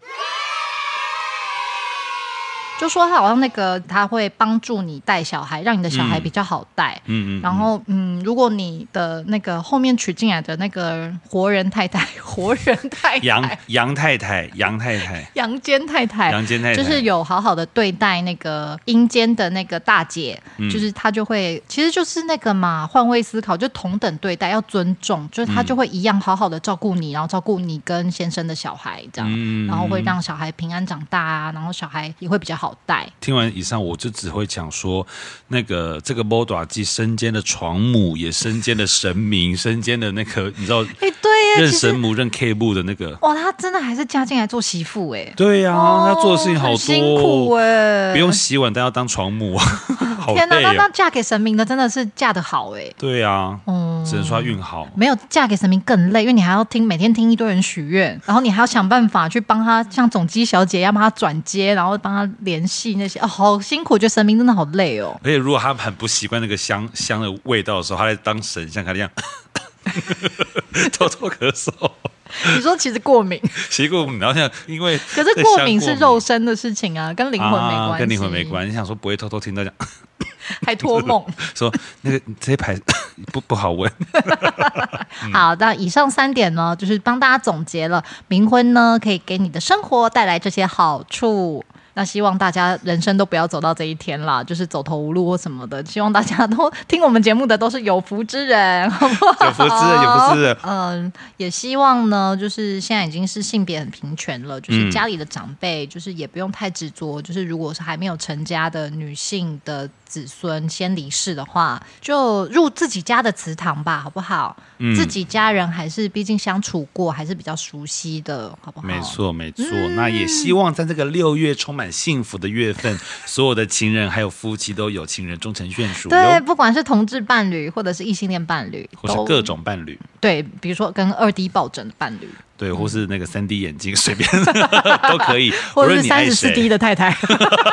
就说他好像那个他会帮助你带小孩，让你的小孩比较好带。然后如果你的那个后面娶进来的那个活人太太杨太太阳间太太就是有好好的对待那个阴间的那个大姐，就是他就会其实就是那个嘛，换位思考，就同等对待，要尊重，就是他就会一样好好的照顾你，然后照顾你跟先生的小孩这样，然后会让小孩平安长大啊，然后小孩也会比较好带。 听完以上，我就只会讲说，那个这个摩打基身兼的床母，也身兼的神明，身兼的那个你知道， 对耶， 认神母、认 K 部的那个， 哇，他真的还是嫁进来做媳妇哎。 对呀，他做的事情好多， 辛苦哎， 不用洗碗，但要当床母，好累。 天哪，那嫁给神明的真的是嫁得好哎。 对呀，只能说运好。 没有嫁给神明更累，因为你还要每天听一堆人许愿，然后你还要想办法去帮他，像总机小姐要帮他转接，然后帮他联系那些，好辛苦。我觉得神明真的好累哦。 而且如果他很不习惯那个香的味道的时候，他在当神像他这样偷偷咳嗽。 你说其实过敏， 其实过敏，然后像因为可是过敏是肉身的事情啊，跟灵魂没关系， 跟灵魂没关系。你想说不会偷偷听到这样， 还托梦说那个这些牌不好闻。 好，那以上3点呢，就是帮大家总结了冥婚呢可以给你的生活带来这些好处。那希望大家人生都不要走到这一天啦，就是走投无路或什么的。希望大家都听我们节目的都是有福之人，好不好？ 有福之人。 也希望呢，就是现在已经是性别很平权了，就是家里的长辈，就是也不用太执着，就是如果是还没有成家的女性的子孙先离世的话，就入自己家的祠堂吧，好不好？自己家人还是毕竟相处过，还是比较熟悉的，好不好？ 没错。那也希望在这个6月充满幸福的月份，所有的情人还有夫妻都有情人终成眷属。 对，不管是同志伴侣，或者是异性恋伴侣， 或是各种伴侣。 对，比如说跟2D 抱枕的伴侣。 对，或是那个3D 眼镜，随便都可以， 或者是34D 的太太。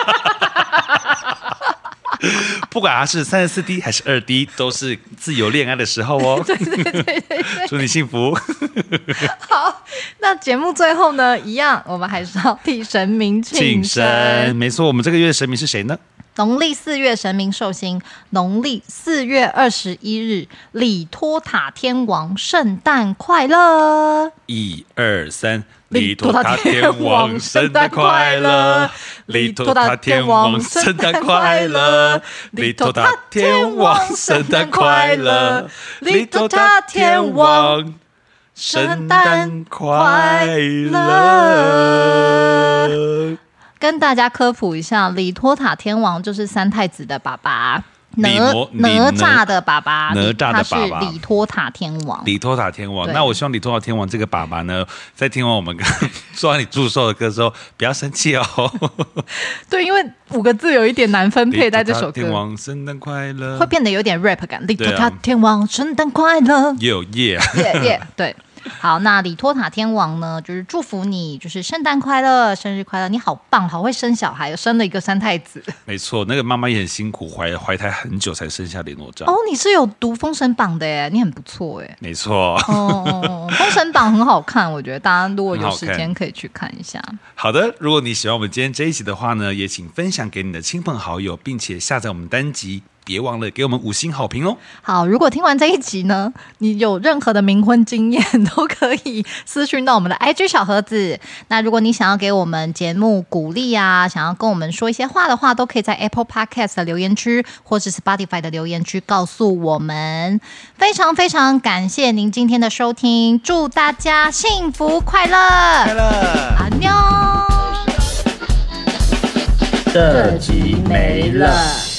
不管他是34D 还是2D，都是自由恋爱的时候哦。 对， 祝你幸福。 好，那节目最后呢，一样，我们还是要替神明庆生。 没错，我们这个月的神明是谁呢？ 农历4月神明寿星，农历4月21日，李托塔天王圣诞快乐 ！1、2、3，李托塔天王圣诞快乐！李托塔天王圣诞快乐！李托塔天王圣诞快乐！李托塔天王圣诞快乐！ 跟大家科普一下，李托塔天王就是三太子的爸爸，哪吒的爸爸，他是李托塔天王。 李托塔天王，那我希望李托塔天王这个爸爸呢，在听完我们说完你祝寿的歌之后，不要生气哦。 对，因为5个字有一点难分配在这首歌。 天王圣诞快乐， 会变得有点 rap 感。李托塔天王圣诞快乐， 有耶耶，对。好，那李托塔天王呢，就是祝福你，就是圣诞快乐，生日快乐，你好棒，好会生小孩，生了一个三太子。 没错，那个妈妈也很辛苦，怀胎很久才生下李哪吒。 哦，你是有读《封神榜》的耶，你很不错耶。 没错， 封神榜很好看，我觉得大家如果有时间可以去看一下。 好的，如果你喜欢我们今天这一集的话呢，也请分享给你的亲朋好友，并且下载我们单集。别忘了给我们5星好评哦！ 好，如果听完这一集呢，你有任何的冥婚经验，都可以私讯到我们的 IG 小盒子。那如果你想要给我们节目鼓励啊，想要跟我们说一些话的话，都可以在 Apple Podcast 的留言区或是 Spotify 的留言区告诉我们。非常非常感谢您今天的收听，祝大家幸福快乐！ 快乐！ 安妞， 这集没了。